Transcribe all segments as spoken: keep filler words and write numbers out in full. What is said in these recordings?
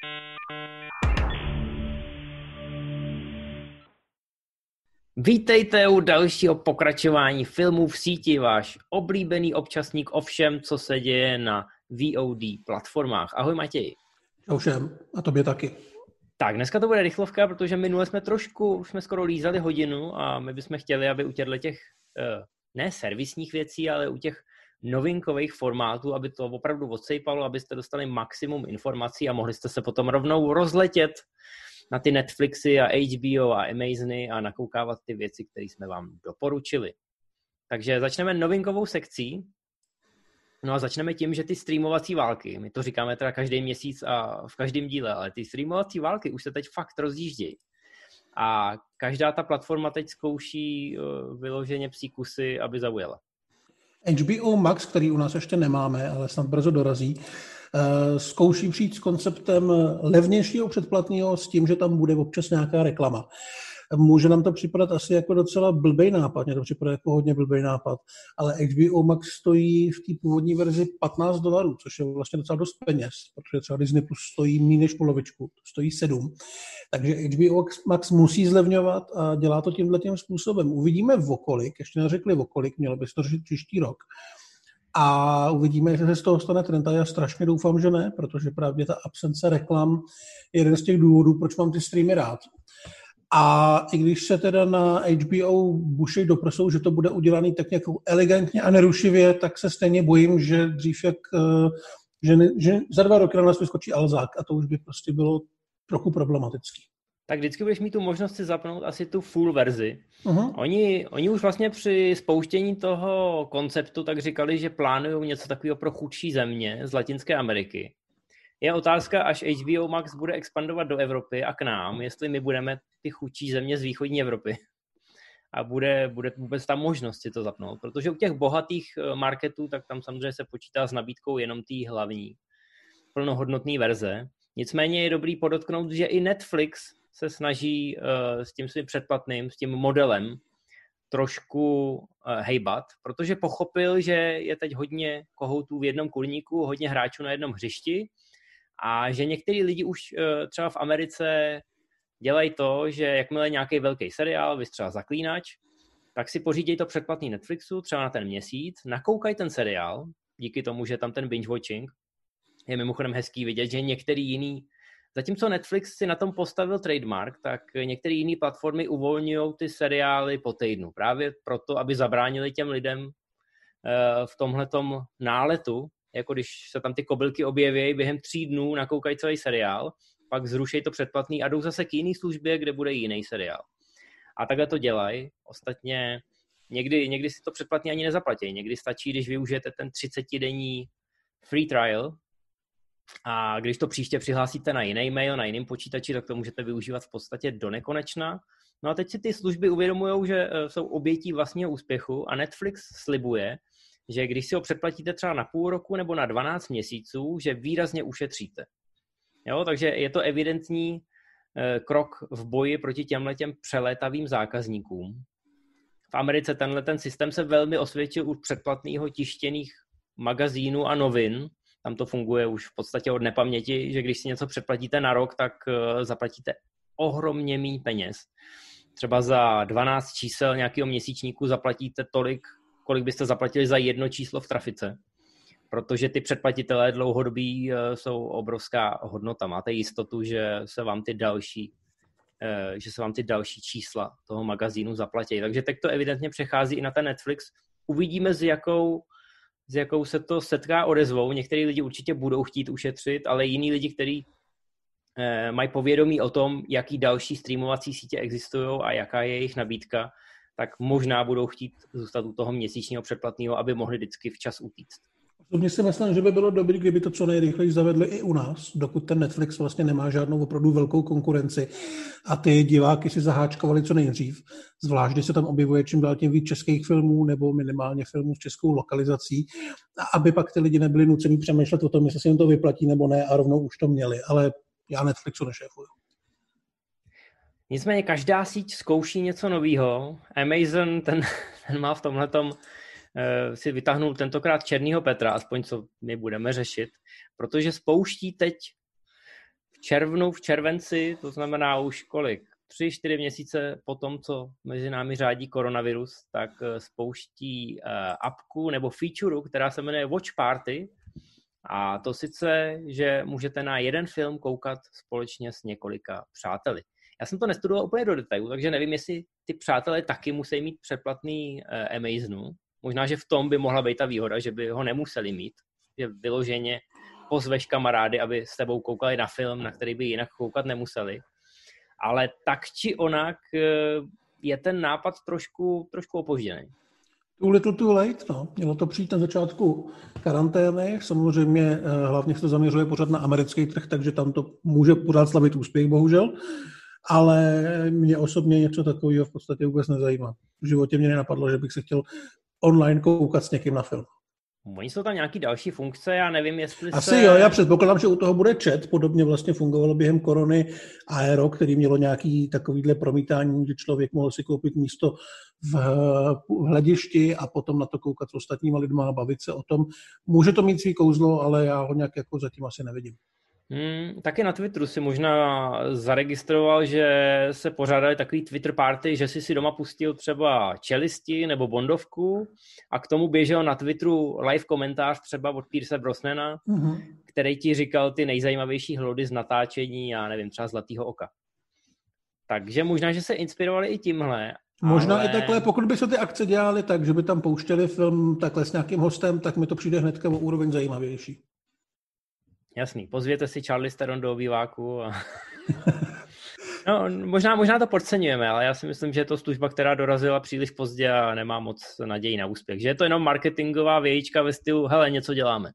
Vítejte u dalšího pokračování filmů v síti, váš oblíbený občasník o všem, co se děje na V O D platformách. Ahoj Matěj. Čau všem, a tobě taky. Tak, dneska to bude rychlovka, protože minule jsme trošku, už jsme skoro lízali hodinu a my bychom chtěli, aby u těchto těch, ne servisních věcí, ale u těch novinkových formátů, aby to opravdu odsejpalo, abyste dostali maximum informací a mohli jste se potom rovnou rozletět na ty Netflixy a H B O a Amazony a nakoukávat ty věci, které jsme vám doporučili. Takže začneme novinkovou sekcí. No a začneme tím, že ty streamovací války, my to říkáme teda každý měsíc a v každém díle, ale ty streamovací války už se teď fakt rozjíždějí. A každá ta platforma teď zkouší vyloženě psí kusy, aby zaujala. H B O Max, který u nás ještě nemáme, ale snad brzo dorazí, zkouší přijít s konceptem levnějšího předplatného s tím, že tam bude občas nějaká reklama. Může nám to připadat asi jako docela blbej nápad, mě to připadá jako hodně blbej nápad, ale H B O Max stojí v té původní verzi patnáct dolarů, což je vlastně docela dost peněz, protože třeba Disney Plus stojí méně než polovičku, stojí sedm. Takže H B O Max musí zlevňovat a dělá to tímhletím způsobem. Uvidíme v okolik, ještě neřekli v okolik, mělo by se to řešit příští rok. A uvidíme, jestli se z toho stane trend. A já strašně doufám, že ne, protože právě ta absence reklam je jeden z těch důvodů, proč mám ty streamy rád. A i když se teda na H B O bušej do prsou, že to bude udělané tak nějak elegantně a nerušivě, tak se stejně bojím, že dřív jak, že, ne, že za dva roky na nás vyskočí Alzák a to už by prostě bylo trochu problematický. Tak vždycky budeš mít tu možnost si zapnout asi tu full verzi. Uh-huh. Oni, oni už vlastně při spouštění toho konceptu tak říkali, že plánují něco takového pro chudší země z Latinské Ameriky. Je otázka, až H B O Max bude expandovat do Evropy a k nám, jestli my budeme ty chudší země z východní Evropy. A bude, bude vůbec ta možnost si to zapnout. Protože u těch bohatých marketů, tak tam samozřejmě se počítá s nabídkou jenom té hlavní plnohodnotné verze. Nicméně je dobrý podotknout, že i Netflix se snaží uh, s tím svým předplatným, s tím modelem trošku uh, hejbat, protože pochopil, že je teď hodně kohoutů v jednom kurníku, hodně hráčů na jednom hřišti a že některý lidi už uh, třeba v Americe dělají to, že jakmile nějaký velký seriál, vys třeba Zaklínač, tak si pořídějí to předplatný Netflixu třeba na ten měsíc, nakoukají ten seriál, díky tomu, že tam ten binge watching je mimochodem hezký vidět, že některý jiný, zatímco Netflix si na tom postavil trademark, tak některé jiné platformy uvolňují ty seriály po týdnu. Právě proto, aby zabránili těm lidem v tomhletom náletu, jako když se tam ty kobylky objeví, během tří dnů nakoukají celý seriál, pak zrušejí to předplatný a jdou zase k jiný službě, kde bude jiný seriál. A takhle to dělají. Ostatně někdy, někdy si to předplatný ani nezaplatí. Někdy stačí, když využijete ten třicetidenní free trial, a když to příště přihlásíte na jiný mail, na jiném počítači, tak to můžete využívat v podstatě do nekonečna. No a teď si ty služby uvědomují, že jsou obětí vlastního úspěchu a Netflix slibuje, že když si ho předplatíte třeba na půl roku nebo na dvanáct měsíců, že výrazně ušetříte. Jo, takže je to evidentní krok v boji proti těmhletěm přelétavým zákazníkům. V Americe tenhle ten systém se velmi osvědčil u předplatného tištěných magazínů a novin. Tam to funguje už v podstatě od nepaměti, že když si něco předplatíte na rok, tak zaplatíte ohromně méně peněz. Třeba za dvanáct čísel nějakého měsíčníku zaplatíte tolik, kolik byste zaplatili za jedno číslo v trafice. Protože ty předplatitelé dlouhodobí jsou obrovská hodnota. Máte jistotu, že se vám ty další, že se vám ty další čísla toho magazínu zaplatí. Takže teď to evidentně přechází i na ten Netflix. Uvidíme, s jakou s jakou se to setká odezvou. Některý lidi určitě budou chtít ušetřit, ale jiní lidi, kteří eh, mají povědomí o tom, jaký další streamovací sítě existují a jaká je jejich nabídka, tak možná budou chtít zůstat u toho měsíčního předplatného, aby mohli vždycky včas utíct. Osobně si myslím, že by bylo dobré, kdyby to co nejrychleji zavedli i u nás, dokud ten Netflix vlastně nemá žádnou opravdu velkou konkurenci a ty diváky si zaháčkovali co nejdřív. Zvlášť, když se tam objevuje čím dál tím víc českých filmů nebo minimálně filmů s českou lokalizací, a aby pak ty lidi nebyli nuceni přemýšlet o tom, jestli se jim to vyplatí nebo ne a rovnou už to měli. Ale já Netflixu nešéfuju. Nicméně každá síť zkouší něco nového. Amazon, ten, ten má v tomhletom si vytáhnul tentokrát černýho Petra, aspoň co my budeme řešit, protože spouští teď v červnu, v červenci, to znamená už kolik? Tři, čtyři měsíce po tom, co mezi námi řádí koronavirus, tak spouští uh, apku nebo featureu, která se jmenuje Watch Party. A to sice, že můžete na jeden film koukat společně s několika přáteli. Já jsem to nestudoval úplně do detailu, takže nevím, jestli ty přátelé taky musí mít předplatný uh, Amazonu. Možná, že v tom by mohla být ta výhoda, že by ho nemuseli mít. Že vyloženě pozveš kamarády, aby s tebou koukali na film, na který by jinak koukat nemuseli. Ale tak či onak je ten nápad trošku, trošku opožděný. Too little too late, no. Mělo to přijít na začátku karantény. Samozřejmě hlavně se to zaměřuje pořád na americký trh, takže tam to může pořád slavit úspěch, bohužel. Ale mě osobně něco takového v podstatě vůbec nezajímá. V životě mě nenapadlo, že bych se chtěl online koukat s někým na film. Oni jsou tam nějaký další funkce, já nevím, jestli Asi se... jo, já předpokládám, že u toho bude chat, podobně vlastně fungovalo během korony Aero, který mělo nějaký takovýhle promítání, že člověk mohl si koupit místo v hledišti a potom na to koukat s ostatníma lidma a bavit se o tom. Může to mít svý kouzlo, ale já ho nějak jako zatím asi nevidím. Hmm, taky na Twitteru si možná zaregistroval, že se pořádaly takový Twitter party, že si si doma pustil třeba Čelisti nebo Bondovku a k tomu běžel na Twitteru live komentář třeba od Pierce Brosnana, mm-hmm. který ti říkal ty nejzajímavější hlody z natáčení, já nevím, třeba Zlatýho oka. Takže možná, že se inspirovali i tímhle. Možná ale... i takhle, pokud by se ty akce dělaly tak, že by tam pouštěli film takhle s nějakým hostem, tak mi to přijde hnedka o úroveň zajímavější. Jasný, pozvěte si Charlize Theron do obýváku. A... no, možná, možná to podceňujeme, ale já si myslím, že je to služba, která dorazila příliš pozdě a nemá moc naději na úspěch. Že je to jenom marketingová vějíčka ve stylu, hele, něco děláme.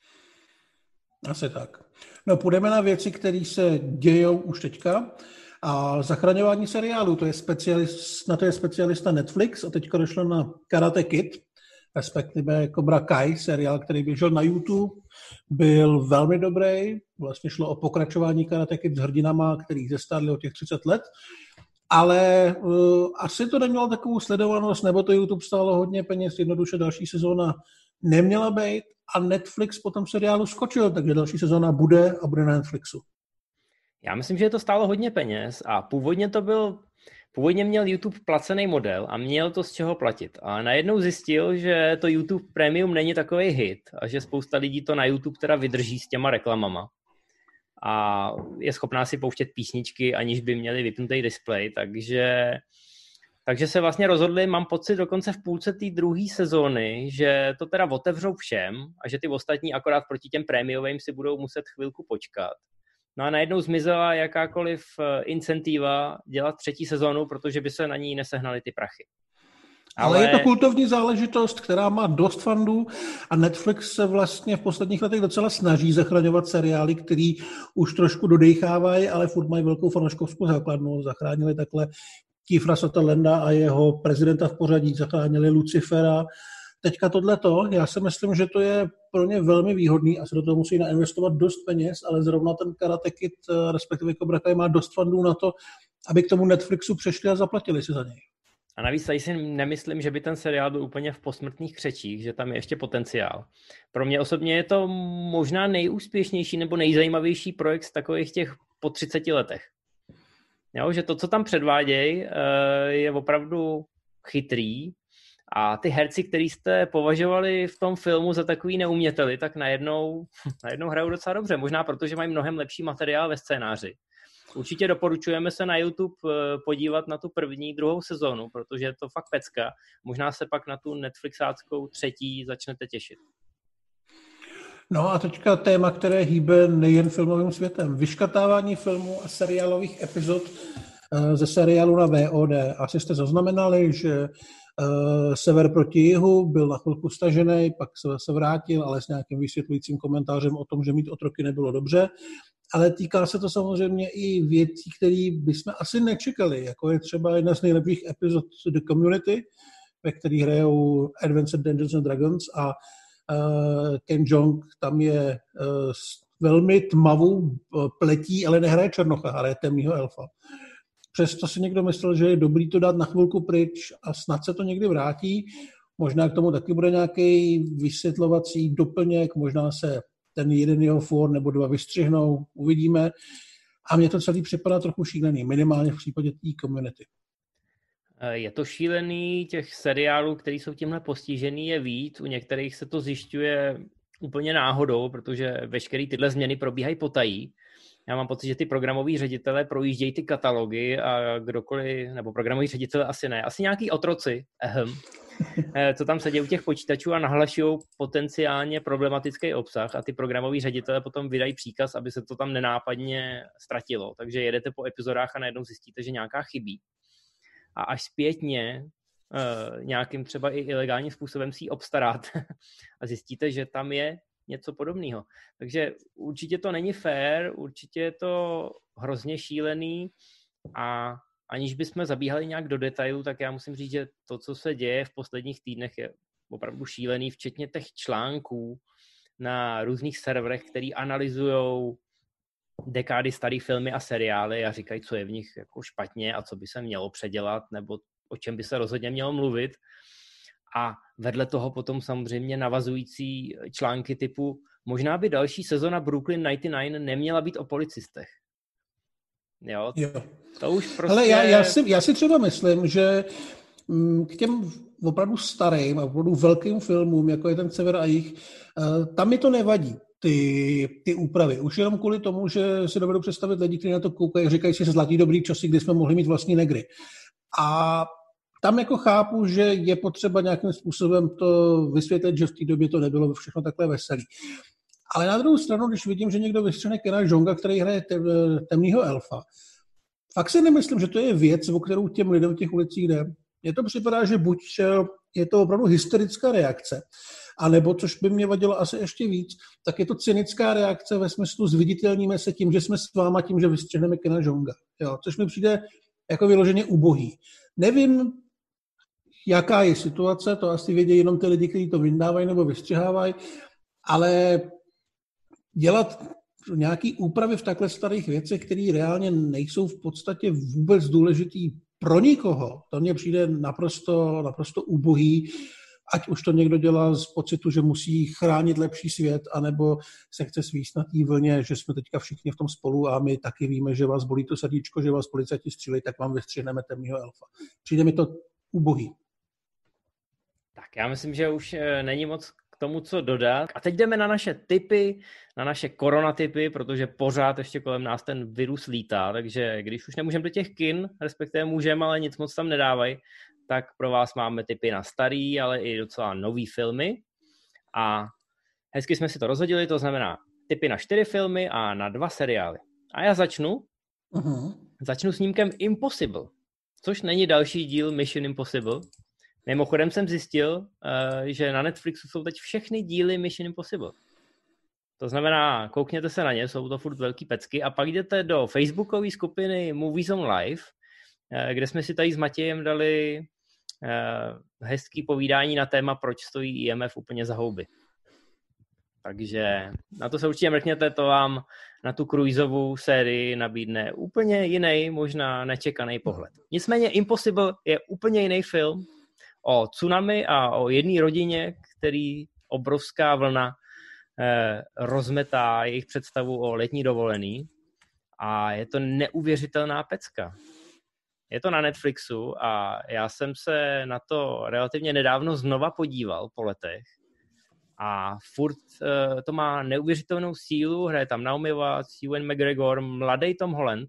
Asi tak. No, půjdeme na věci, které se dějou už teďka. A zachraňování seriálu, to je specialist, na to je specialista Netflix a teďka došlo na Karate Kid, respektive Cobra Kai, seriál, který běžel na YouTube, byl velmi dobrý. Vlastně šlo o pokračování Karate Kid s hrdinama, který zestárli o těch třicet let. Ale uh, asi to nemělo takovou sledovanost, nebo to YouTube stálo hodně peněz, jednoduše další sezóna neměla být a Netflix po tom seriálu skočil, takže další sezóna bude a bude na Netflixu. Já myslím, že to stálo hodně peněz a původně to byl Původně měl YouTube placený model a měl to z čeho platit. A najednou zjistil, že to YouTube Premium není takový hit a že spousta lidí to na YouTube teda vydrží s těma reklamama. A je schopná si pouštět písničky, aniž by měli vypnutý displej. Takže, takže se vlastně rozhodli, mám pocit dokonce v půlce té druhé sezóny, že to teda otevřou všem a že ty ostatní akorát proti těm prémiovým si budou muset chvilku počkat. No a najednou zmizela jakákoliv incentiva dělat třetí sezónu, protože by se na ní nesehnaly ty prachy. Ale... Ale je to kultovní záležitost, která má dost fandů a Netflix se vlastně v posledních letech docela snaží zachraňovat seriály, který už trošku dodejchávají, ale furt mají velkou fanouškovskou základnu. Zachránili takhle Kiefer'a Sutherlanda a jeho prezidenta v pořadí, zachránili Lucifera. Teďka tohleto, já si myslím, že to je pro ně velmi výhodný a se do toho musí nainvestovat dost peněz, ale zrovna ten Karate Kid, respektive Cobra Kai, má dost fandů na to, aby k tomu Netflixu přešli a zaplatili si za něj. A navíc tady si nemyslím, že by ten seriál byl úplně v posmrtných křečích, že tam je ještě potenciál. Pro mě osobně je to možná nejúspěšnější nebo nejzajímavější projekt z takových těch po třiceti letech. Jo, že to, co tam předvádějí, je opravdu chytrý. A ty herci, který jste považovali v tom filmu za takový neuměteli, tak najednou, najednou hrajou docela dobře. Možná proto, že mají mnohem lepší materiál ve scénáři. Určitě doporučujeme se na YouTube podívat na tu první, druhou sezónu, protože je to fakt pecka. Možná se pak na tu Netflixáckou třetí začnete těšit. No a teďka téma, které hýbe nejen filmovým světem. Vyškatávání filmů a seriálových epizod ze seriálu na V O D. Asi jste zaznamenali, že Uh, Sever proti jihu byl na chvilku stažený, pak se, se vrátil, ale s nějakým vysvětlujícím komentářem o tom, že mít otroky nebylo dobře. Ale týká se to samozřejmě i věcí, které bychom asi nečekali, jako je třeba jedna z nejlepších epizod The Community, ve který hrajou Advanced Dungeons and Dragons a uh, Ken Jeong tam je uh, velmi tmavou pletí, ale nehraje černocha, hraje temnýho elfa. Přesto si někdo myslel, že je dobrý to dát na chvilku pryč a snad se to někdy vrátí. Možná k tomu taky bude nějaký vysvětlovací doplněk, možná se ten jeden jeho for nebo dva vystřihnou, uvidíme. A mně to celý připadá trochu šílený, minimálně v případě té Community. Je to šílený, těch seriálů, který jsou tímhle postižený, je víc. U některých se to zjišťuje úplně náhodou, protože veškeré tyhle změny probíhají potají. Já mám pocit, že ty programoví ředitelé projíždějí ty katalogy a kdokoliv, nebo programoví ředitelé asi ne, asi nějaký otroci, ehem, co tam sedí u těch počítačů a nahlašují potenciálně problematický obsah a ty programoví ředitelé potom vydají příkaz, aby se to tam nenápadně ztratilo. Takže jedete po epizodách a najednou zjistíte, že nějaká chybí. A až zpětně uh, nějakým třeba i ilegálním způsobem si ji obstaráte a zjistíte, že tam je něco podobného. Takže určitě to není fair, určitě je to hrozně šílený a aniž bychom zabíhali nějak do detailu, tak já musím říct, že to, co se děje v posledních týdnech, je opravdu šílený, včetně těch článků na různých serverech, který analyzujou dekády starý filmy a seriály a říkají, co je v nich jako špatně a co by se mělo předělat nebo o čem by se rozhodně mělo mluvit. A vedle toho potom samozřejmě navazující články typu možná by další sezona Brooklyn devadesát devět neměla být o policistech. Jo, jo. To už prostě... Ale já, já, si, já si třeba myslím, že k těm opravdu starým a opravdu velkým filmům, jako je ten Sever a jich, tam mi to nevadí. Ty, ty úpravy. Už jenom kvůli tomu, že si dovedu představit lidi, kteří na to koukají, říkají si zlatý dobrý časy, kdy jsme mohli mít vlastní negry. A tam jako chápu, že je potřeba nějakým způsobem to vysvětlit, že v té době to nebylo všechno takhle veselý. Ale na druhou stranu, když vidím, že někdo vystřihne Kena Jeonga, který hraje temnýho elfa, fakt si nemyslím, že to je věc, o kterou těm lidem v těch ulicích jde. Mně to připadá, že buď je to opravdu hysterická reakce, anebo, což by mě vadilo asi ještě víc, tak je to cynická reakce ve smyslu zviditelníme se tím, že jsme s váma, tím, že vystřihneme Kena Jeonga. Jo, což mi přijde jako vyloženě ubohý. Nevím, jaká je situace, to asi vědí jenom ty lidi, kteří to vyndávají nebo vystřihávají, ale dělat nějaký úpravy v takhle starých věcech, které reálně nejsou v podstatě vůbec důležitý pro nikoho, to mně přijde naprosto, naprosto ubohý, ať už to někdo dělá z pocitu, že musí chránit lepší svět, anebo se chce svíst na té vlně, že jsme teďka všichni v tom spolu a my taky víme, že vás bolí to srdíčko, že vás policajti střílejí, tak vám vystřihneme temného elfa. Přijde mi to ubohý. Tak já myslím, že už není moc k tomu, co dodat. A teď jdeme na naše tipy, na naše koronatipy, protože pořád ještě kolem nás ten virus lítá, takže když už nemůžeme do těch kin, respektive můžeme, ale nic moc tam nedávají, tak pro vás máme tipy na starý, ale i docela nový filmy. A hezky jsme si to rozhodili, to znamená tipy na čtyři filmy a na dva seriály. A já začnu. Uh-huh. Začnu snímkem Impossible, což není další díl Mission Impossible. Mimochodem jsem zjistil, že na Netflixu jsou teď všechny díly Mission Impossible. To znamená, koukněte se na ně, jsou to furt velký pecky a pak jdete do facebookové skupiny Movies on Live, kde jsme si tady s Matějem dali hezký povídání na téma, proč stojí I M F úplně za houby. Takže na to se určitě mrkněte, to vám na tu cruiseovou sérii nabídne úplně jiný, možná nečekaný pohled. Nicméně Impossible je úplně jiný film o tsunami a o jedné rodině, který obrovská vlna eh, rozmetá jejich představu o letní dovolený a je to neuvěřitelná pecka. Je to na Netflixu a já jsem se na to relativně nedávno znova podíval po letech a furt uh, to má neuvěřitelnou sílu, hraje tam Naomi Watts, Ewan McGregor, mladý Tom Holland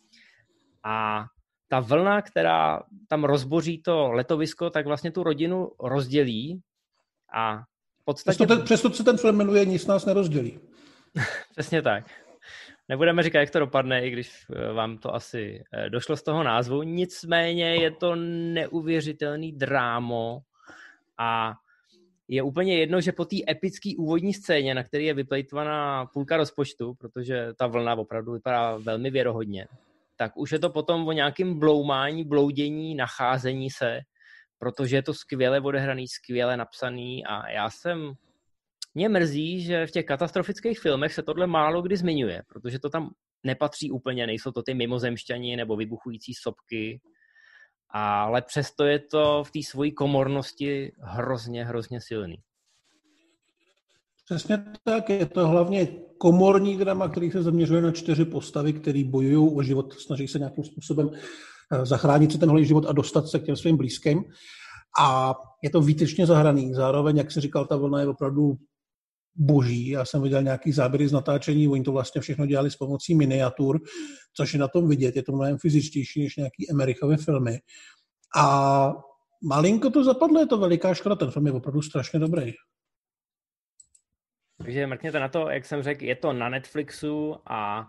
a ta vlna, která tam rozboří to letovisko, tak vlastně tu rodinu rozdělí a v podstatě... Přesto, ten, přesto se ten film jmenuje Nic nás nerozdělí. Přesně tak. Nebudeme říkat, jak to dopadne, i když vám to asi došlo z toho názvu. Nicméně je to neuvěřitelný drámo a je úplně jedno, že po té epické úvodní scéně, na které je vyplejtvaná půlka rozpočtu, protože ta vlna opravdu vypadá velmi věrohodně, tak už je to potom o nějakém bloumání, bloudění, nacházení se, protože je to skvěle odehraný, skvěle napsaný a já jsem... Mě mrzí, že v těch katastrofických filmech se tohle málo kdy zmiňuje, protože to tam nepatří úplně, nejsou to ty mimozemšťani nebo vybuchující sopky, ale přesto je to v té svojí komornosti hrozně, hrozně silný. Přesně tak, je to hlavně komorní drama, který se zaměřuje na čtyři postavy, které bojují o život, snaží se nějakým způsobem zachránit si tenhle život a dostat se k těm svým blízkým. A je to výtečně zahraný. Zároveň, jak jsi říkal, ta vlna je opravdu boží. Já jsem viděl nějaký záběry z natáčení, oni to vlastně všechno dělali s pomocí miniatur, což je na tom vidět. Je to mnohem fyzičtější než nějaký Emerichovy filmy. A malinko to zapadlo, je to veliká škoda. Ten film je opravdu strašně dobrý. Takže mrkněte na to, jak jsem řekl, je to na Netflixu a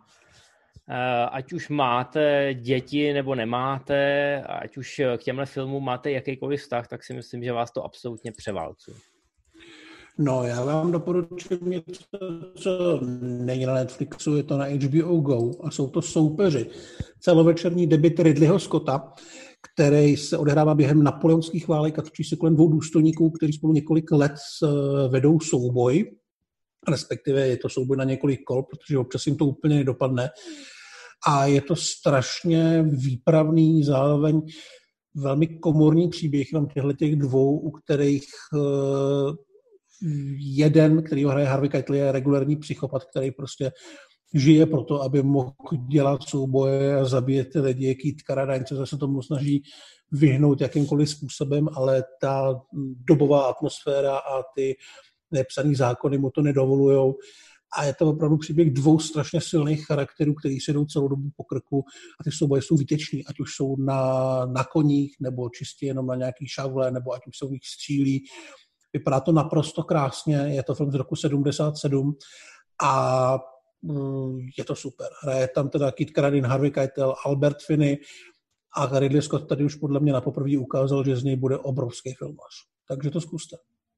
ať už máte děti nebo nemáte, ať už k těmhle filmům máte jakýkoliv vztah, tak si myslím, že vás to absolutně převálcuje. No, já vám doporučím něco, co není na Netflixu, je to na H B O Go a jsou to Soupeři. Celovečerní debut Ridleyho Scotta, který se odehrává během napoleonských válek a točí se kolem dvou důstojníků, kteří spolu několik let vedou souboj, respektive je to souboj na několik kol, protože občas jim to úplně nedopadne. A je to strašně výpravný, zároveň velmi komorní příběh jenom těchto těch dvou, u kterých uh, jeden, který ho hraje Harvey Keitel, je regulární psychopat, který prostě žije proto, aby mohl dělat souboje a zabíjet ty lidi. Keith Carradine se tomu snaží vyhnout jakýmkoliv způsobem, ale ta dobová atmosféra a ty nepsaný zákony mu to nedovolujou. A je to opravdu příběh dvou strašně silných charakterů, který si jdou celou dobu po krku a ty souboje jsou výteční, ať už jsou na, na koních, nebo čistě jenom na nějaký šavle, nebo ať už jsou v nich střílí. Vypadá to naprosto krásně, je to film z roku sedmdesát sedm a mm, je to super. Hraje tam teda Keith Carradine, Harvey Keitel, Albert Finney a Ridley Scott tady už podle mě na poprvé ukázal, že z něj bude obrovský filmař. Takže to zkuste.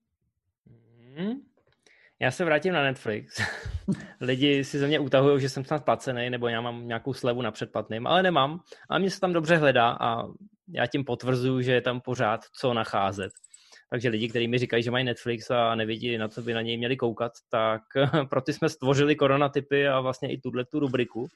Hmm. Já se vrátím na Netflix. Lidi si ze mě utahují, že jsem snad placený, nebo já mám nějakou slevu na předplatným, ale nemám. A mě se tam dobře hledá a já tím potvrzuju, že je tam pořád co nacházet. Takže lidi, kteří mi říkají, že mají Netflix a nevidí, na co by na něj měli koukat, tak pro ty jsme stvořili koronatypy a vlastně i tuhletu rubriku.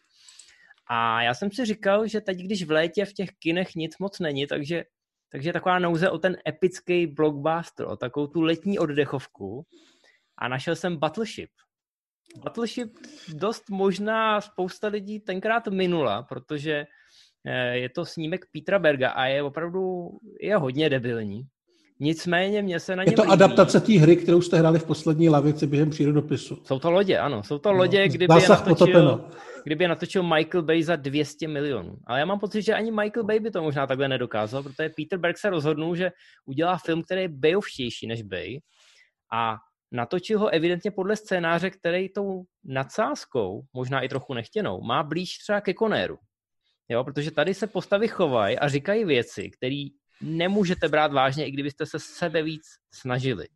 A já jsem si říkal, že teď, když v létě v těch kinech nic moc není, takže, takže je taková nouze o ten epický blockbuster, o takovou tu letní oddechovku. A našel jsem Battleship. Battleship dost možná spousta lidí tenkrát minula, protože je to snímek Petera Berga a je opravdu je hodně debilní. Nicméně mě se na něm Je to líbí. Adaptace té hry, kterou jste hráli v poslední lavici během přírodopisu. Jsou to lodě, ano. Jsou to lodě, no, kdyby, je natočil, kdyby je natočil Michael Bay za dvě stě milionů. Ale já mám pocit, že ani Michael Bay by to možná takhle nedokázal, protože Peter Berg se rozhodnul, že udělá film, který je Bayovštější než Bay a natočil ho evidentně podle scénáře, který tou nadsázkou, možná i trochu nechtěnou, má blíž třeba ke Conéru. Jo, protože tady se postavy chovají a říkají věci, které nemůžete brát vážně, i kdybyste se sebe víc snažili.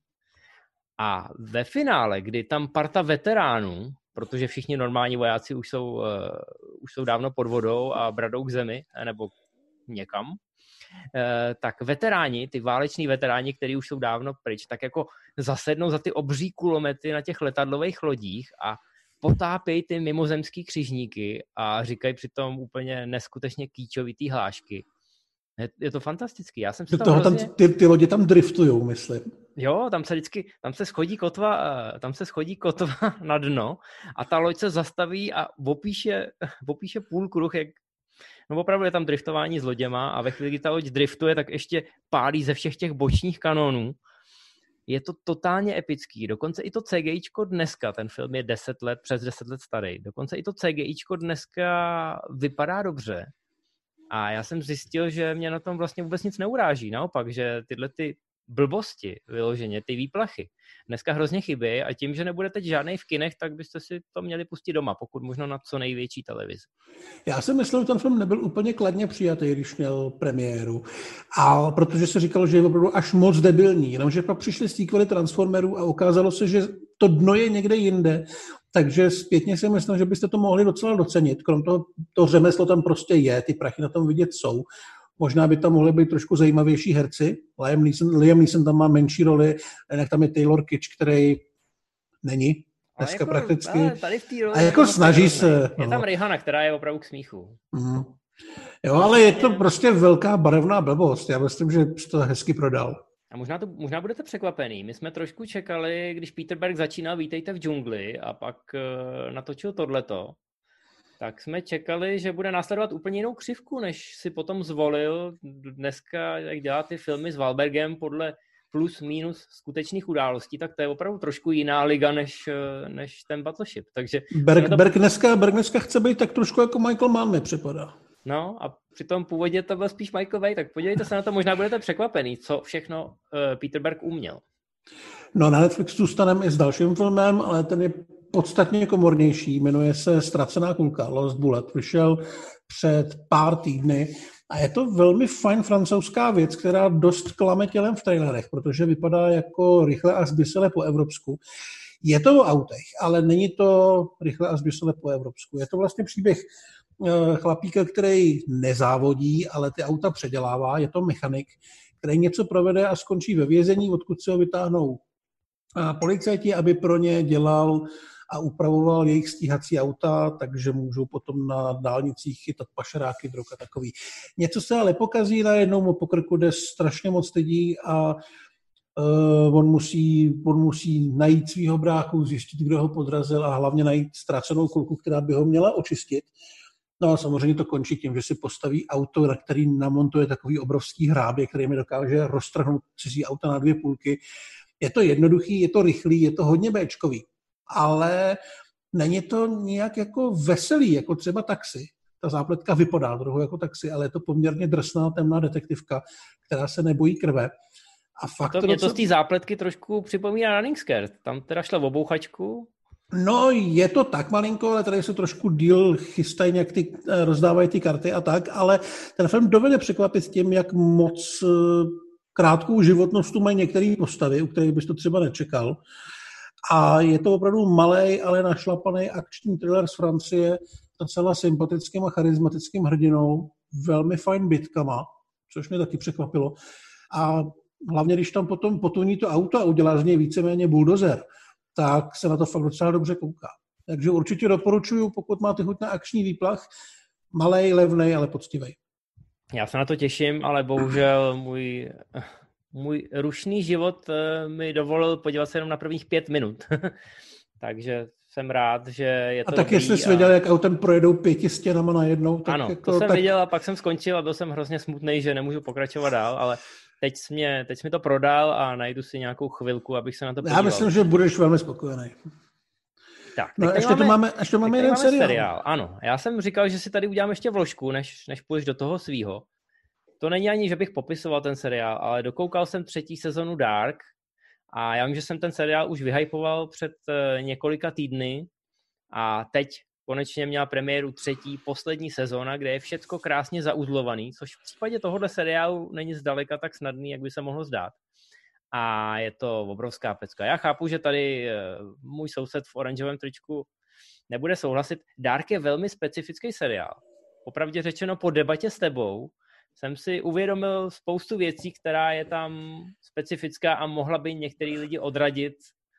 A ve finále, kdy tam parta veteránů, protože všichni normální vojáci už jsou, uh, už jsou dávno pod vodou a bradou k zemi, nebo někam, uh, tak veteráni, ty váleční veteráni, kteří už jsou dávno pryč, tak jako zasednou za ty obří kulomety na těch letadlových lodích a potápějí ty mimozemský křižníky a říkají přitom úplně neskutečně kýčovitý hlášky. Je, je to fantastický. Já jsem si tam, toho hrozně... tam ty, ty lodě tam driftujou, myslím. Jo, tam se vždycky, tam se schodí kotva, tam se schodí kotva na dno a ta loď se zastaví a opíše, opíše půl kruh, jak no opravdu je tam driftování s loděma a ve chvíli, kdy ta loď driftuje, tak ještě pálí ze všech těch bočních kanónů. Je to totálně epický. Dokonce i to CGIčko dneska, ten film je deset let, přes deset let starý, dokonce i to CGIčko dneska vypadá dobře. A já jsem zjistil, že mě na tom vlastně vůbec nic neuráží. Naopak, že tyhle ty blbosti vyloženě, ty výplachy dneska hrozně chybí a tím, že nebude teď žádnej v kinech, tak byste si to měli pustit doma, pokud možno na co největší televizi. Já si myslím, že ten film nebyl úplně kladně přijatý, když měl premiéru. A protože se říkalo, že je opravdu až moc debilní, jenomže pak přišly sequely Transformerů a ukázalo se, že to dno je někde jinde. Takže zpětně si myslím, že byste to mohli docela docenit. Krom toho, to řemeslo tam prostě je, ty prachy na tom vidět jsou. Možná by tam mohly být trošku zajímavější herci. Liam Neeson, Liam Neeson tam má menší roli, jinak tam je Taylor Kitsch, který není dneska jako, prakticky. Tady v té roli a jako snaží se. Je tam Rihanna, která je opravdu k smíchu. Mm. Jo, ale je to prostě velká barevná blbost. Já myslím, že to hezky prodal. A možná, to, možná budete překvapený. My jsme trošku čekali, když Peter Berg začínal Vítejte v džungli a pak uh, natočil tohleto, tak jsme čekali, že bude následovat úplně jinou křivku, než si potom zvolil dneska, jak dělá ty filmy s Wahlbergem podle plus minus skutečných událostí, tak to je opravdu trošku jiná liga, než, než ten Battleship. Takže Berg, to... Berg, dneska, Berg dneska chce být tak trošku jako Michael Mann, mi připadá. No a při tom původě to byl spíš Michael Bay, tak podívejte se na to, možná budete překvapený, co všechno uh, Peter Berg uměl. No na Netflixu zůstaneme i s dalším filmem, ale ten je podstatně komornější, jmenuje se Ztracená kulka, Lost Bullet, vyšel před pár týdny a je to velmi fajn francouzská věc, která dost klame tělem v trailerech, protože vypadá jako rychle a zbysele po evropsku. Je to o autech, ale není to rychle a zbysele po evropsku. Je to vlastně příběh chlapíka, který nezávodí, ale ty auta předělává, je to mechanik, který něco provede a skončí ve vězení, odkud se ho vytáhnou policajti, aby pro ně dělal a upravoval jejich stíhací auta, takže můžou potom na dálnicích chytat pašeráky, drog a takový. Něco se ale pokazí, najednou mu po krku jde strašně moc lidí a uh, on, musí, on musí najít svýho bráchu, zjistit, kdo ho podrazil a hlavně najít ztracenou kulku, která by ho měla očistit. No a samozřejmě to končí tím, že si postaví auto, na který namontuje takový obrovský hrábě, který mi dokáže roztrhnout cizí auta na dvě půlky. Je to jednoduchý, je to rychlý, je to hodně béčkový, ale není to nějak jako veselý, jako třeba Taxi. Ta zápletka vypadá trochu jako Taxi, ale je to poměrně drsná temná detektivka, která se nebojí krve. A fakt to mě to z té zápletky trošku připomíná Running Scared. Tam teda šlo o bouchačku. No, je to tak malinko, ale tady se trošku díl chystají, jak ty, rozdávají ty karty a tak, ale ten film dovede překvapit tím, jak moc krátkou životnost tu mají některé postavy, u kterých bys to třeba nečekal. A je to opravdu malej, ale našlapaný akční thriller z Francie, docela sympatickým a charismatickým hrdinou, velmi fajn bitkama, což mě taky překvapilo. A hlavně, když tam potom potuní to auto a udělá z něj víceméně buldozer, tak se na to fakt docela dobře kouká. Takže určitě doporučuju, pokud máte chuť na akční výplach, malej, levnej, ale poctivej. Já se na to těším, ale bohužel můj, můj rušný život mi dovolil podívat se jenom na prvních pět minut. Takže jsem rád, že je to A tak dobrý jestli jsi a... viděl, jak autem projedou pěti stěnama najednou. Tak ano, jako, to jsem tak... viděl a pak jsem skončil a byl jsem hrozně smutný, že nemůžu pokračovat dál, ale teď jsi, mě, teď jsi mi to prodal a najdu si nějakou chvilku, abych se na to podíval. Já myslím, že budeš velmi spokojený. Tak, no, ještě máme, to máme, ještě máme jeden máme seriál. seriál. Ano, já jsem říkal, že si tady udělám ještě vložku, než, než půjdeš do toho svýho. To není ani, že bych popisoval ten seriál, ale dokoukal jsem třetí sezonu Dark a já vím, že jsem ten seriál už vyhypoval před uh, několika týdny a teď konečně měla premiéru třetí, poslední sezóna, kde je všecko krásně zauzlovaný, což v případě tohohle seriálu není zdaleka tak snadný, jak by se mohlo zdát. A je to obrovská pecka. Já chápu, že tady můj soused v oranžovém tričku nebude souhlasit. Dark je velmi specifický seriál. Popravdě řečeno, po debatě s tebou jsem si uvědomil spoustu věcí, která je tam specifická a mohla by některý lidi odradit,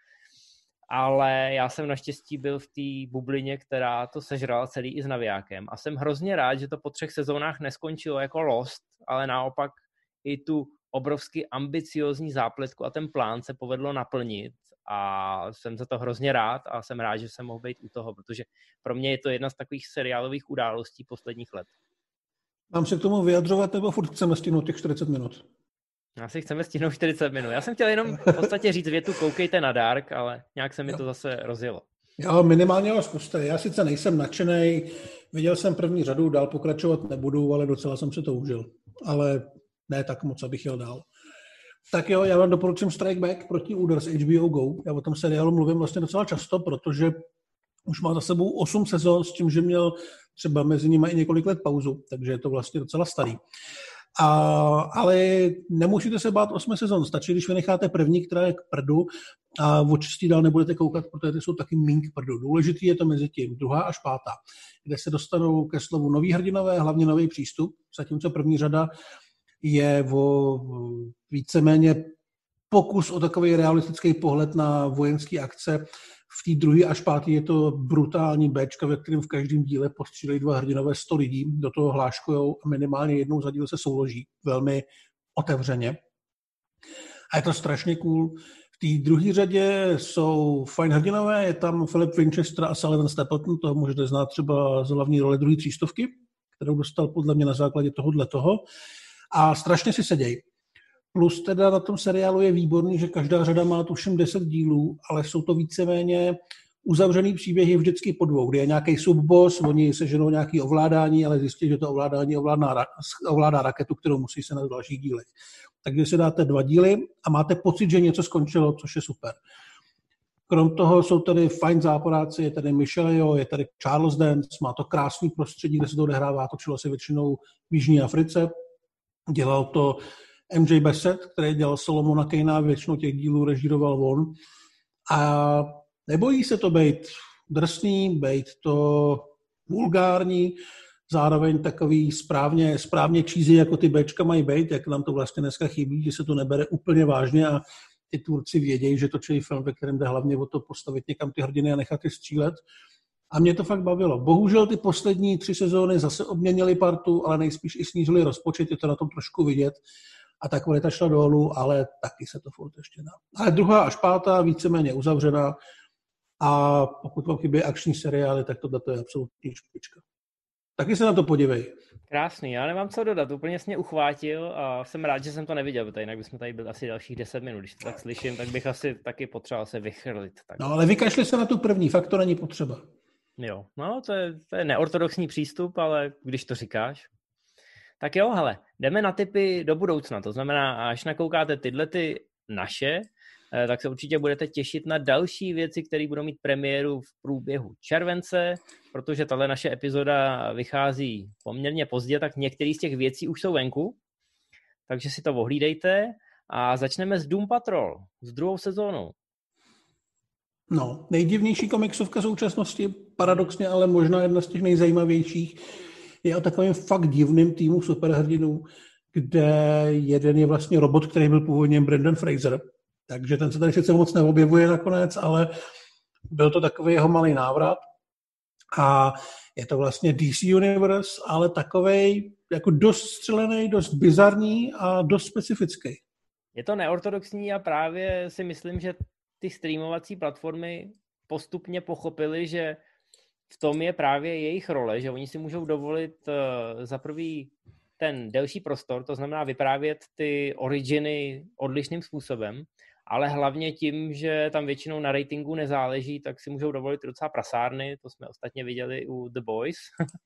ale já jsem naštěstí byl v té bublině, která to sežrala celý i s navijákem. A jsem hrozně rád, že to po třech sezónách neskončilo jako Lost, ale naopak i tu obrovsky ambiciózní zápletku a ten plán se povedlo naplnit a jsem za to hrozně rád a jsem rád, že jsem mohl být u toho, protože pro mě je to jedna z takových seriálových událostí posledních let. Mám se k tomu vyjadřovat, nebo furt chceme stihnout těch čtyřicet minut? Já si chceme stihnout čtyřicet minut. Já jsem chtěl jenom v podstatě říct větu, koukejte na Dark, ale nějak se mi jo. to zase rozjelo. Jo, minimálně ho zkuste. Já sice nejsem nadšenej, viděl jsem první řadu, dál pokračovat nebudu, ale docela jsem se to užil. Ale ne tak moc, abych jel dál. Tak jo, já vám doporučím Strike Back proti úder z H B O Go. Já o tom seriálu mluvím vlastně docela často, protože už má za sebou osm sezon, s tím, že měl třeba mezi nimi i několik let pauzu, takže je to vlastně docela starý. A, ale nemusíte se bát osmi sezon, stačí, když vynecháte první, která je k prdu a o čistý dál nebudete koukat, protože ty jsou taky míň k prdu. Důležitý je to mezi tím, druhá až pátá, kde se dostanou ke slovu nový hrdinové, hlavně nový přístup, zatímco první řada je o víceméně pokus o takový realistický pohled na vojenské akce. V té druhé až páté je to brutální béčka, ve kterém v každém díle postřílejí dva hrdinové sto lidí, do toho hláškujou a minimálně jednou za díl se souloží velmi otevřeně. A je to strašně cool. V té druhé řadě jsou fajn hrdinové, je tam Philip Winchester a Sullivan Stapleton, toho můžete znát třeba z hlavní role druhé třístovky, kterou dostal podle mě na základě tohohle toho. A strašně si seděj. Plus teda na tom seriálu je výborný, že každá řada má tuším deset dílů, ale jsou to víceméně uzavřený příběhy vždycky po dvou, kdy je nějaký subboss, oni seženou nějaký ovládání, ale zjistí, že to ovládání ovládá, ovládá raketu, kterou musí se na dalších dílech. Takže si dáte dva díly a máte pocit, že něco skončilo, což je super. Krom toho jsou tady fajn záporáci, je tady Michelle Yeoh, je tady Charles Dance, má to krásný prostředí, kde se to odehrává, točilo se většinou v Jižní Africe. Dělal to M J Bassett, který dělal Solomona Kaina, většinou těch dílů režíroval on. A nebojí se to být drsný, být to vulgární, zároveň takový správně, správně cheesy, jako ty Bčka mají být, jak nám to vlastně dneska chybí, že se to nebere úplně vážně a ty tvůrci vědějí, že točí film, ve kterém jde hlavně o to postavit někam ty hrdiny a nechat je střílet. A mě to fakt bavilo. Bohužel ty poslední tři sezóny zase obměnili partu, ale nejspíš i snížili rozpočet, je to na tom trošku vidět. A ta kvalita šla dolů, ale taky se to furt ještě dá. Ale druhá až pátá, víceméně uzavřená. A pokud vám chybí akční seriály, tak tohle je absolutní špička. Taky se na to podívej. Krásný, já nemám co dodat, úplně jsi mě uchvátil a jsem rád, že jsem to neviděl, protože jinak bychom tady byli asi dalších deset minut, když to tak slyším, tak bych asi taky potřeboval se vychrlit. Tak. No ale vykašli se na tu první, fakt to není potřeba. Jo, no to je, to je neortodoxní přístup, ale když to říkáš. Tak jo, hele, jdeme na tipy do budoucna, to znamená, až nakoukáte tyhle ty naše, tak se určitě budete těšit na další věci, které budou mít premiéru v průběhu července, protože tahle naše epizoda vychází poměrně pozdě, tak některé z těch věcí už jsou venku, takže si to ohlídejte a začneme s Doom Patrol, s druhou sezónou. No, nejdivnější komiksovka současnosti, paradoxně, ale možná jedna z těch nejzajímavějších, je o takovém fakt divným týmu superhrdinů, kde jeden je vlastně robot, který byl původně Brendan Fraser. Takže ten se tady sice moc neobjevuje nakonec, ale byl to takový jeho malý návrat. A je to vlastně D C Universe, ale takovej jako dost střelený, dost bizarní a dost specifický. Je to neortodoxní a právě si myslím, že ty streamovací platformy postupně pochopily, že v tom je právě jejich role, že oni si můžou dovolit uh, za prvý ten delší prostor, to znamená vyprávět ty originy odlišným způsobem, ale hlavně tím, že tam většinou na ratingu nezáleží, tak si můžou dovolit docela prasárny, to jsme ostatně viděli u The Boys.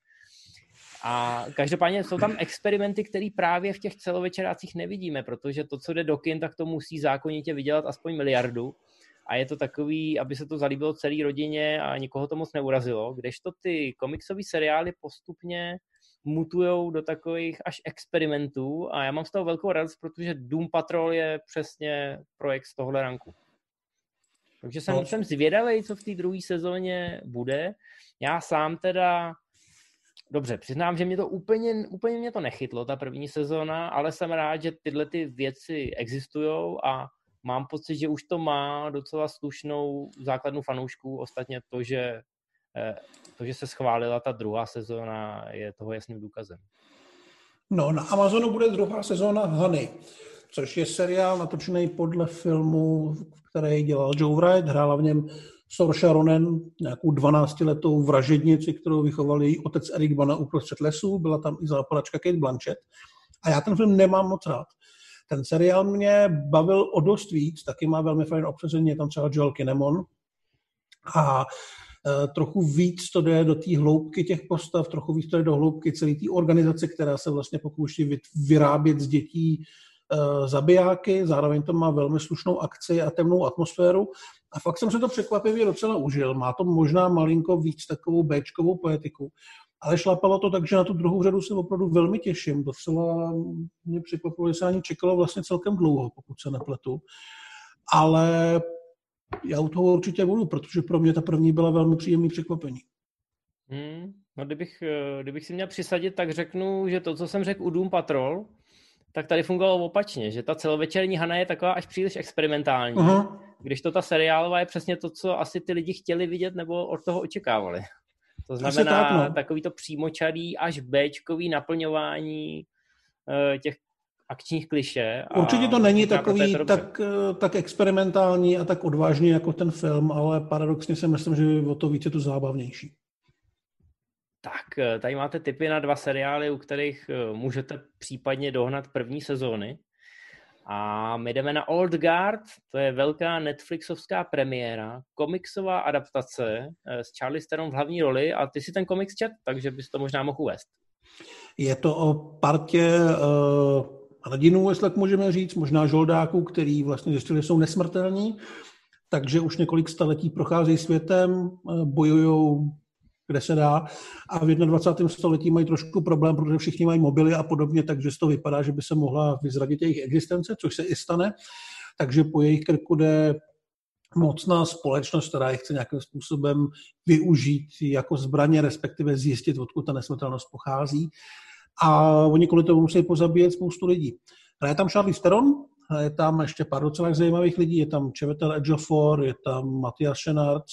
A každopádně jsou tam experimenty, které právě v těch celovečerácích nevidíme, protože to, co jde do kin, tak to musí zákonitě vydělat aspoň miliardu. A je to takový, aby se to zalíbilo celé rodině a nikoho to moc neurazilo, kdežto ty komiksové seriály postupně mutujou do takových až experimentů a já mám z toho velkou radost, protože Doom Patrol je přesně projekt z tohohle ranku. Takže jsem, no. jsem zvědavý, co v té druhé sezóně bude. Já sám teda, dobře, přiznám, že mě to úplně, úplně mě to nechytlo, ta první sezóna, ale jsem rád, že tyhle ty věci existujou a mám pocit, že už to má docela slušnou základnu fanoušků. Ostatně to, že, to, že se schválila ta druhá sezóna, je toho jasným důkazem. No, na Amazonu bude druhá sezóna Honey, což je seriál natočený podle filmu, který dělal Joe Wright. Hrála v něm Saoirse Ronan, nějakou dvanáctiletou vražednici, kterou vychoval její otec Eric Bana uprostřed lesů. Byla tam i západačka Kate Blanchett. A já ten film nemám moc rád. Ten seriál mě bavil o dost víc, taky má velmi fajn obsazení, je tam třeba Joel Kinnaman a e, trochu víc to jde do té hloubky těch postav, trochu víc to jde do hloubky celé té organizace, která se vlastně pokouší vyrábět z dětí e, zabijáky, zároveň to má velmi slušnou akci a temnou atmosféru a fakt jsem se to překvapivě docela užil. Má to možná malinko víc takovou béčkovou poetiku. Ale šlapalo to tak, že na tu druhou řadu se opravdu velmi těším. Docela mě překvapilo, že se ani čekalo vlastně celkem dlouho, pokud se nepletu. Ale já u toho určitě budu, protože pro mě ta první byla velmi příjemný překvapení. Hmm, no kdybych, kdybych si měl přisadit, tak řeknu, že to, co jsem řekl u Doom Patrol, tak tady fungovalo opačně, že ta celovečerní Hana je taková až příliš experimentální, uh-huh. když to ta seriálová je přesně to, co asi ty lidi chtěli vidět nebo od toho očekávali. To znamená tak, no. takový to přímočarý až béčkový naplňování těch akčních klišé. Určitě to není takový to tak, tak experimentální a tak odvážný jako ten film, ale paradoxně si myslím, že o to víc je to zábavnější. Tak, tady máte tipy na dva seriály, u kterých můžete případně dohnat první sezóny. A my jdeme na Old Guard, to je velká Netflixovská premiéra, komiksová adaptace s Charlize Theron v hlavní roli a ty si ten komiks čet, takže bys to možná mohl uvést. Je to o partě uh, hrdinů, jestli tak můžeme říct, možná žoldáků, který vlastně zjistili, že jsou nesmrtelní, takže už několik staletí procházejí světem, bojují kde se dá a v dvacátém prvním století mají trošku problém, protože všichni mají mobily a podobně, takže to vypadá, že by se mohla vyzradit jejich existence, což se i stane, takže po jejich krku jde mocná společnost, která je chce nějakým způsobem využít jako zbraně, respektive zjistit, odkud ta nesmrtelnost pochází. A oni kvůli tomu musí pozabíjet spoustu lidí. Hraje tam Charlize Theron, je tam ještě pár docela zajímavých lidí, je tam Chiwetel Ejiofor, je tam Matthias Schoenaerts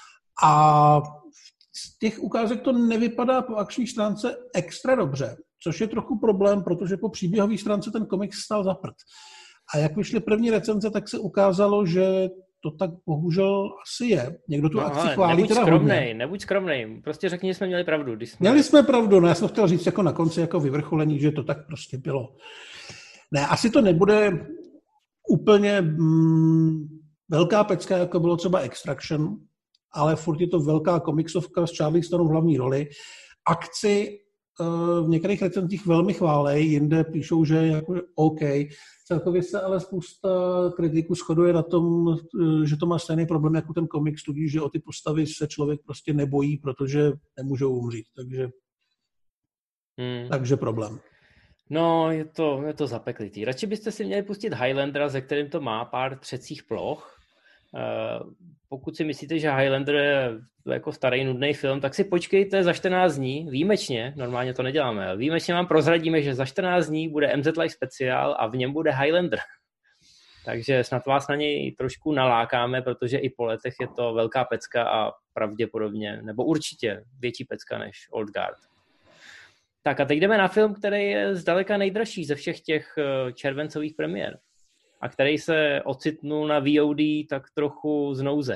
a z těch ukázek to nevypadá po akční stránce extra dobře, což je trochu problém, protože po příběhové stránce ten komiks stál za prd. A jak vyšly první recenze, tak se ukázalo, že to tak bohužel asi je. Někdo tu no, akci ale chválí nebuď teda skromnej, hodně. Nebuď skromnej, prostě řekni, že jsme měli pravdu. Když jsme... Měli jsme pravdu, no já jsem chtěl říct jako na konci jako vyvrcholení, že to tak prostě bylo. Ne, asi to nebude úplně mm, velká pecka, jako bylo třeba Extraction, ale furt je to velká komiksovka s Charlize Theron v hlavní roli. Akci v některých recenzích velmi chválej, jinde píšou, že je jako OK. Celkově se ale spousta kritiků shoduje na tom, že to má stejný problém jako ten komiks, tudíž, že o ty postavy se člověk prostě nebojí, protože nemůžou umřít. Takže, hmm. takže problém. No, je to, je to zapeklitý. Radši byste si měli pustit Highlandera, ze kterým to má pár třecích ploch. Pokud si myslíte, že Highlander je jako starý nudný film, tak si počkejte za čtrnáct dní, výjimečně, normálně to neděláme, ale výjimečně vám prozradíme, že za čtrnáct dní bude M Z Live speciál a v něm bude Highlander. Takže snad vás na něj trošku nalákáme, protože i po letech je to velká pecka a pravděpodobně, nebo určitě větší pecka než Old Guard. Tak a teď jdeme na film, který je zdaleka nejdražší ze všech těch červencových premiér a který se ocitnul na V O D tak trochu z nouze.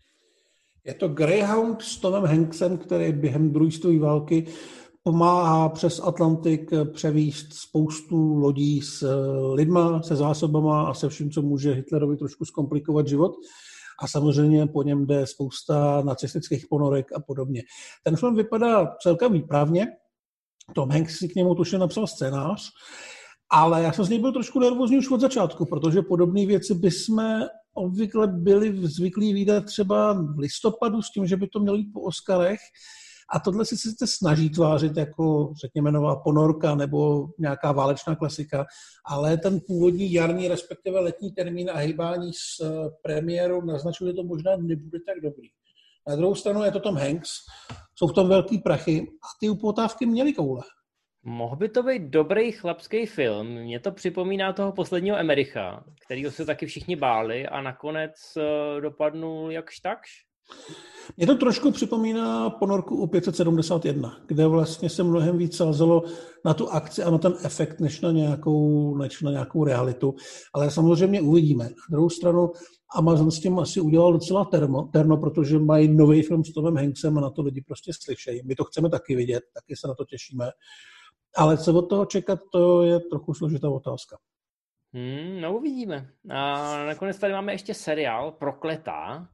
Je to Greyhound s Tomem Hanksem, který během druhé světové války pomáhá přes Atlantik převízt spoustu lodí s lidma, se zásobama a se vším, co může Hitlerovi trošku zkomplikovat život. A samozřejmě po něm jde spousta nacistických ponorek a podobně. Ten film vypadá celkem výpravně. Tom Hanks si k němu tuším napsal scénář, ale já jsem z něj byl trošku nervózní už od začátku, protože podobné věci bychom obvykle byli zvyklí vidět třeba v listopadu s tím, že by to mělo jít po Oscarech. A tohle si se snaží tvářit jako, řekněme, nová ponorka nebo nějaká válečná klasika, ale ten původní jarní, respektive letní termín a hejbání s premiérou naznačuje, že to možná nebude tak dobrý. Na druhou stranu je to Tom Hanks, jsou v tom velký prachy a ty upotávky měly koule. Mohl by to být dobrý chlapský film. Mně to připomíná toho posledního Emericha, kterýho se taky všichni báli a nakonec dopadnul jakž takž. Mě to trošku připomíná ponorku u pět set sedmdesát jedna, kde vlastně se mnohem víc sázelo na tu akci a na ten efekt, než na nějakou, než na nějakou realitu. Ale samozřejmě uvidíme. Na druhou stranu Amazon s tím asi udělal docela termo, terno, protože mají nový film s Tomem Hanksem a na to lidi prostě slyšejí. My to chceme taky vidět, taky se na to těšíme. Ale co od toho čekat, to je trochu složitá otázka. Hmm, no uvidíme. A nakonec tady máme ještě seriál Prokletá,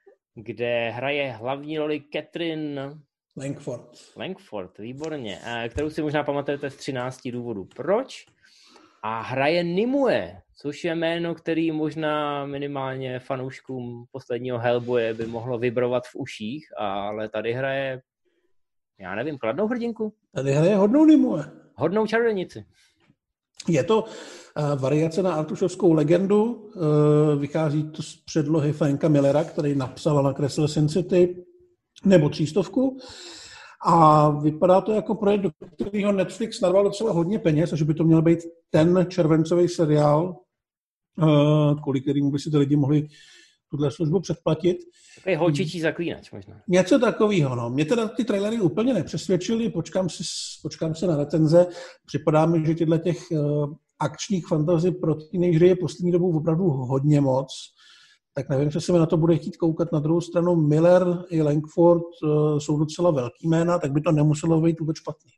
kde hraje hlavní roli Catherine Langford. Langford, výborně, kterou si možná pamatujete z třinácti důvodů. Proč? A hraje Nimue, což je jméno, který možná minimálně fanouškům posledního Hellboye by mohlo vibrovat v uších, ale tady hraje, já nevím, kladnou hrdinku? Tady hraje hodnou Nimue. Hodnou čarodějnici. Je to uh, variace na artušovskou legendu, uh, vychází to z předlohy Franka Millera, který napsal a nakreslil Sin City, nebo Třístovku. A vypadá to jako projekt, do kterého Netflix narval docela hodně peněz, že by to měl být ten červencový seriál, uh, kvůli kterému by si ty lidi mohli tuhle službu předplatit. Takový holčičí zaklínač možná. Něco takového, no. Mě teda ty trailery úplně nepřesvědčily, počkám si, počkám si na recenze. Připadá mi, že těchto těch uh, akčních fantasy pro teenagery je poslední dobou opravdu hodně moc. Tak nevím, co se mi na to bude chtít koukat. Na druhou stranu Miller i Langford uh, jsou docela velký jména, tak by to nemuselo být vůbec špatný.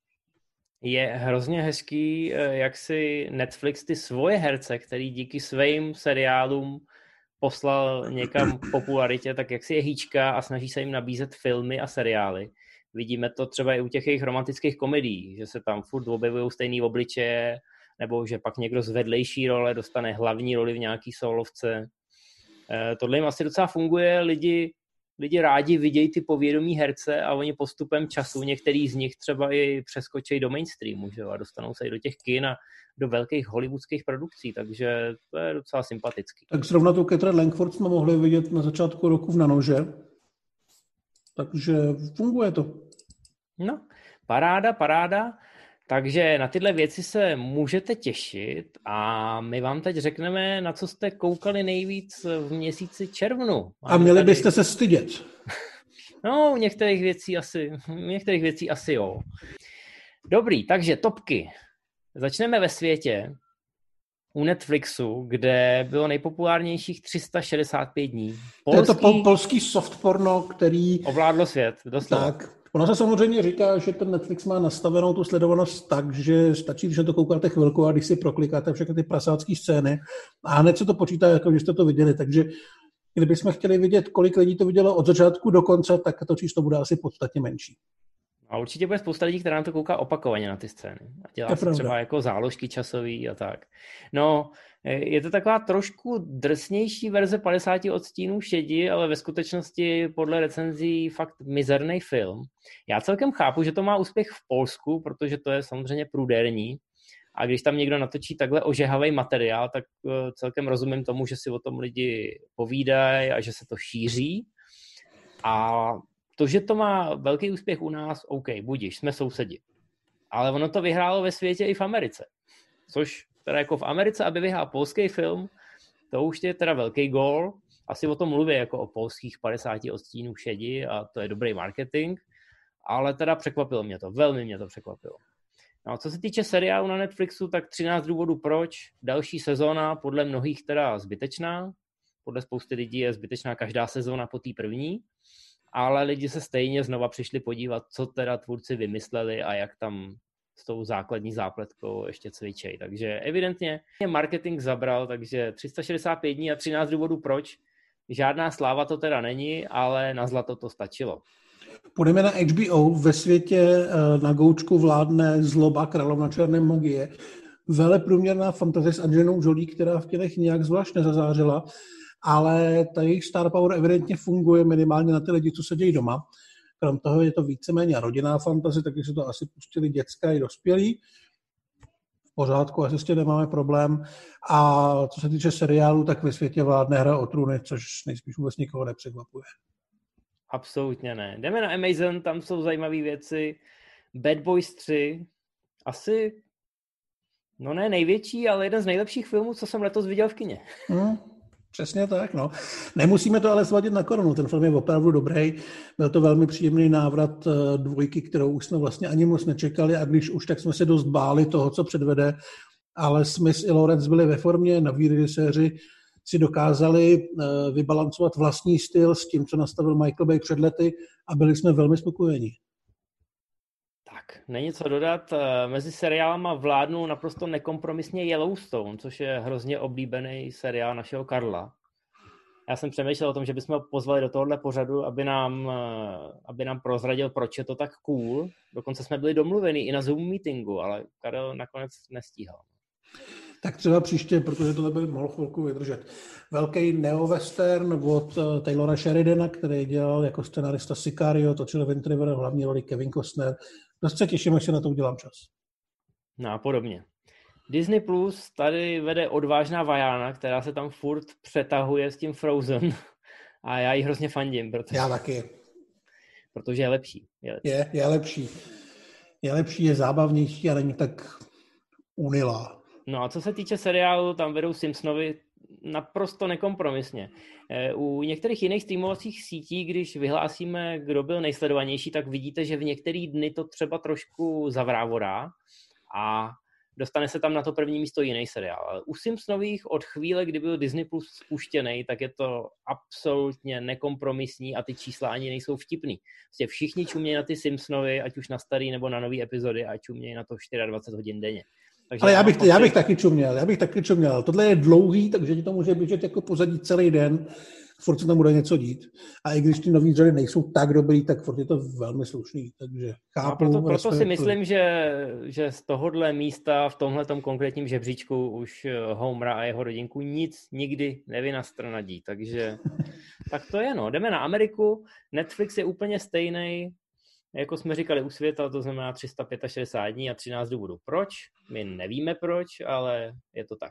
Je hrozně hezký, jak si Netflix ty svoje herce, který díky svým seriálům poslal někam k popularitě, tak jak si je hýčka a snaží se jim nabízet filmy a seriály. Vidíme to třeba i u těch jejich romantických komedií, že se tam furt objevují stejný obličeje, nebo že pak někdo z vedlejší role dostane hlavní roli v nějaký solovce. Tohle jim asi docela funguje, lidi, lidi rádi vidějí ty povědomí herce a oni postupem času, některý z nich třeba i přeskočí do mainstreamu, že jo, a dostanou se i do těch kin a do velkých hollywoodských produkcí, takže to je docela sympatický. Tak zrovna tu Catherine Langford jsme mohli vidět na začátku roku v Nanože, takže funguje to. No, paráda, paráda. Takže na tyhle věci se můžete těšit a my vám teď řekneme, na co jste koukali nejvíc v měsíci červnu. A měli tady... byste se stydět. No, u některých věcí asi, u některých věcí asi jo. Dobrý, takže topky. Začneme ve světě u Netflixu, kde bylo nejpopulárnějších tři sta šedesát pět dní. Polský... To je to pol- polský soft porno, který... Ovládlo svět, doslova. Tak. Ono se samozřejmě říká, že ten Netflix má nastavenou tu sledovanost tak, že stačí, když na to koukáte chvilku a když si proklikáte všechny ty prasácké scény a hned se to počítá, jako že jste to viděli. Takže kdybychom chtěli vidět, kolik lidí to vidělo od začátku do konce, tak to číslo bude asi podstatně menší. A určitě bude spousta lidí, která na to kouká opakovaně na ty scény. A dělá si třeba jako záložky časový a tak. No, je to taková trošku drsnější verze padesáti odstínů šedi, ale ve skutečnosti podle recenzí fakt mizerný film. Já celkem chápu, že to má úspěch v Polsku, protože to je samozřejmě průderní. A když tam někdo natočí takhle ožehavý materiál, tak celkem rozumím tomu, že si o tom lidi povídají a že se to šíří. A to, že to má velký úspěch u nás, OK, budiš, jsme sousedi. Ale ono to vyhrálo ve světě i v Americe. Což teda jako v Americe, aby vyhrál polský film, to už je teda velký gól. Asi o tom mluví jako o polských padesáti odstínů šedi a to je dobrý marketing. Ale teda překvapilo mě to, velmi mě to překvapilo. No a co se týče seriálu na Netflixu, tak třináct důvodů proč. Další sezóna, podle mnohých teda zbytečná. Podle spousty lidí je zbytečná každá sezóna po té první. Ale lidi se stejně znova přišli podívat, co teda tvůrci vymysleli a jak tam s tou základní zápletkou ještě cvičej. Takže evidentně marketing zabral, takže tři sta šedesát pět dní a třináct důvodů proč. Žádná sláva to teda není, ale na zlato to stačilo. Půjdeme na H B O. Ve světě na goučku vládne zloba královna černé magie. Veleprůměrná fantazie s Angelinou Jolie, která v tělech nějak zvlášť nezazářila, ale ta jejich star power evidentně funguje minimálně na ty lidi, co se dějí doma. Krom toho je to víceméně rodinná fantazie, takže se to asi pustili dětská i dospělí. V pořádku, asi s tím nemáme problém. A co se týče seriálu, tak ve světě vládne Hra o trůny, což nejspíš vůbec nikoho nepřekvapuje. Absolutně ne. Jdeme na Amazon, tam jsou zajímavé věci. Bad Boys tři, asi, no ne největší, ale jeden z nejlepších filmů, co jsem letos viděl v kině. Hmm. Přesně tak, no. Nemusíme to ale svadit na korunu, ten film je opravdu dobrý. Byl to velmi příjemný návrat dvojky, kterou už jsme vlastně ani moc nečekali a když už, tak jsme se dost báli toho, co předvede, ale Smith i Lawrence byli ve formě, noví režiséři si dokázali vybalancovat vlastní styl s tím, co nastavil Michael Bay před lety a byli jsme velmi spokojení. Tak, není co dodat. Mezi seriálama vládnul naprosto nekompromisně Yellowstone, což je hrozně oblíbený seriál našeho Karla. Já jsem přemýšlel o tom, že bychom ho pozvali do tohohle pořadu, aby nám, aby nám prozradil, proč je to tak cool. Dokonce jsme byli domluveni i na Zoom meetingu, ale Karel nakonec nestíhal. Tak třeba příště, protože tohle by mohl chvilku vydržet. Velký neo-western od Taylora Sheridana, který dělal jako scenarista Sicario, točil Wind River, v hlavní roli Kevin Costner. Dost se těším, až se na to udělám čas. No a podobně. Disney Plus tady vede odvážná Vajana, která se tam furt přetahuje s tím Frozen a já jí hrozně fandím. Protože, já taky. Protože je lepší. Je lepší. Je, je lepší. Je lepší, je zábavnější a není tak unilá. No a co se týče seriálu, tam vedou Simpsonovi naprosto nekompromisně. U některých jiných streamovacích sítí, když vyhlásíme, kdo byl nejsledovanější, tak vidíte, že v některý dny to třeba trošku zavrávorá a dostane se tam na to první místo jiný seriál. Ale u Simpsonových od chvíle, kdy byl Disney Plus spuštěný, tak je to absolutně nekompromisní a ty čísla ani nejsou vtipný. Prostě všichni čumějí na ty Simpsonovy, ať už na starý nebo na nový epizody, a čumějí na to dvacet čtyři hodin denně. Takže ale já bych, pocit... já bych taky čuměl, já bych taky čuměl. Tohle je dlouhý, takže ti to může běžet jako pozadí celý den, furt se tam bude něco dít. A i když ty nový řady nejsou tak dobrý, tak furt je to velmi slušný, takže chápu. A proto, proto si myslím, že, že z tohohle místa v tomhletom konkrétním žebříčku už Homera a jeho rodinku nic nikdy nevynastranadí, takže tak to je, no. Jdeme na Ameriku, Netflix je úplně stejný, jako jsme říkali u světa, to znamená tři sta šedesát pět dní a třináct důvodů. Proč? My nevíme proč, ale je to tak.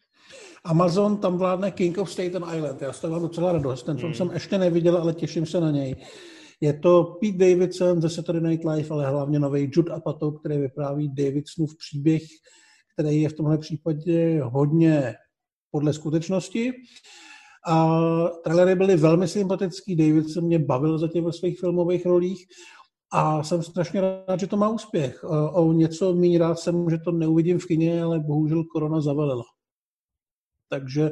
Amazon, tam vládne King of Staten Island. Já z toho mám docela radost. Ten film hmm. jsem ještě neviděl, ale těším se na něj. Je to Pete Davidson ze Saturday Night Live, ale hlavně nový Judd Apatow, který vypráví Davidsonův příběh, který je v tomhle případě hodně podle skutečnosti. A trailery byly velmi sympatický. Davidson mě bavil zatím ve svých filmových rolích a jsem strašně rád, že to má úspěch. O něco méně rád jsem, že to neuvidím v kině, ale bohužel korona zavalila. Takže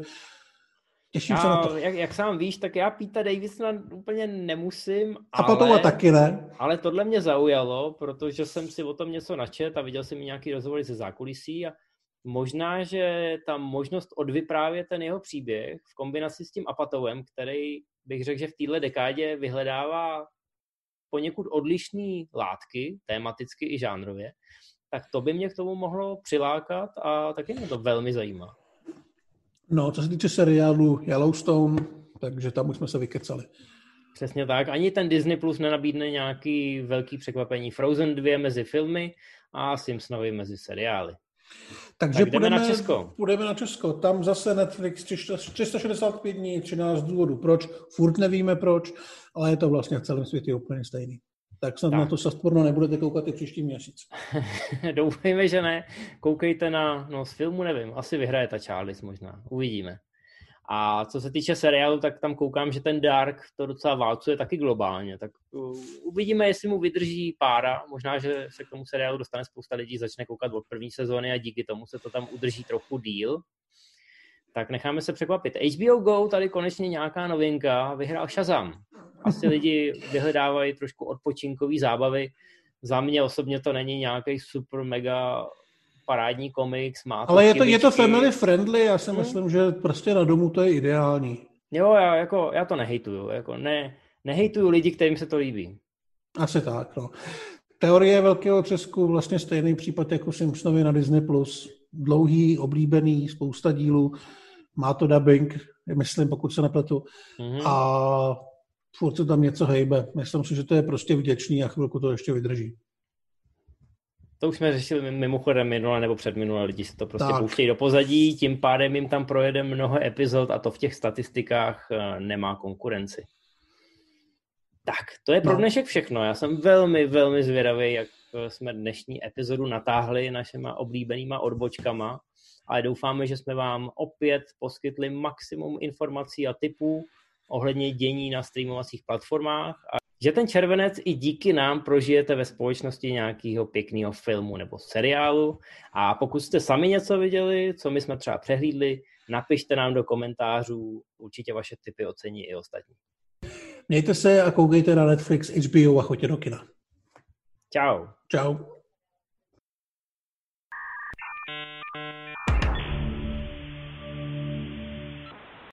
těším já, se na to. Jak, jak sám víš, tak já Pete Davidsona úplně nemusím, a potom ale, taky ne. Ale tohle mě zaujalo, protože jsem si o tom něco načet a viděl jsem nějaký rozhovory ze zákulisí a možná, že ta možnost odvyprávět ten jeho příběh v kombinaci s tím Apatowem, který bych řekl, že v téhle dekádě vyhledává poněkud odlišný látky, tematicky i žánrově, tak to by mě k tomu mohlo přilákat a taky mě to velmi zajímá. No, co se týče seriálu Yellowstone, takže tam už jsme se vykecali. Přesně tak. Ani ten Disney Plus nenabídne nějaký velký překvapení. Frozen dva mezi filmy a Simpsonovi mezi seriály. Takže tak půjdeme na Česko. Půjdeme na Česko. Tam zase Netflix tři sta šedesát pět dní, třináct důvodů. Proč? Furt nevíme proč, ale je to vlastně v celém světě úplně stejný. Tak snad tak. Na to sasporno nebudete koukat i příští měsíc. Doufejme, že ne. Koukejte na, no z filmu nevím, asi vyhraje ta Charlies možná. Uvidíme. A co se týče seriálu, tak tam koukám, že ten Dark to docela válcuje taky globálně. Tak uh, uvidíme, jestli mu vydrží pára. Možná, že se k tomu seriálu dostane spousta lidí, začne koukat od první sezóny a díky tomu se to tam udrží trochu díl. Tak necháme se překvapit. H B O Go, tady konečně nějaká novinka, vyhrál Shazam. Asi lidi vyhledávají trošku odpočinkový zábavy. Za mě osobně to není nějaký super mega parádní komiks. Má ale je to, je to family friendly, já si hmm. myslím, že prostě na domu to je ideální. Jo, já, jako, já to nehejtuju. Jako ne, nehejtuju lidi, kterým se to líbí. Asi tak, no. Teorie velkého třesku, vlastně stejný případ jako Simpsonovi na Disney plus. Dlouhý, oblíbený, spousta dílů. Má to dubbing, myslím, pokud se nepletu. Mm-hmm. A furt se tam něco hejbe. Myslím si, že to je prostě vděčný a chvilku to ještě vydrží. To už jsme řešili mimochodem minule nebo předminule, lidi si to prostě tak. pouštějí do pozadí, tím pádem jim tam projede mnoho epizod a to v těch statistikách nemá konkurenci. Tak, to je pro no. dnešek všechno. Já jsem velmi, velmi zvědavý, jak jsme dnešní epizodu natáhli našima oblíbenýma odbočkama, ale doufáme, že jsme vám opět poskytli maximum informací a tipů ohledně dění na streamovacích platformách a že ten červenec i díky nám prožijete ve společnosti nějakého pěkného filmu nebo seriálu a pokud jste sami něco viděli, co my jsme třeba přehlídli, napište nám do komentářů, určitě vaše tipy ocení i ostatní. Mějte se a koukejte na Netflix, H B O a choďte do kina. Čau. Čau.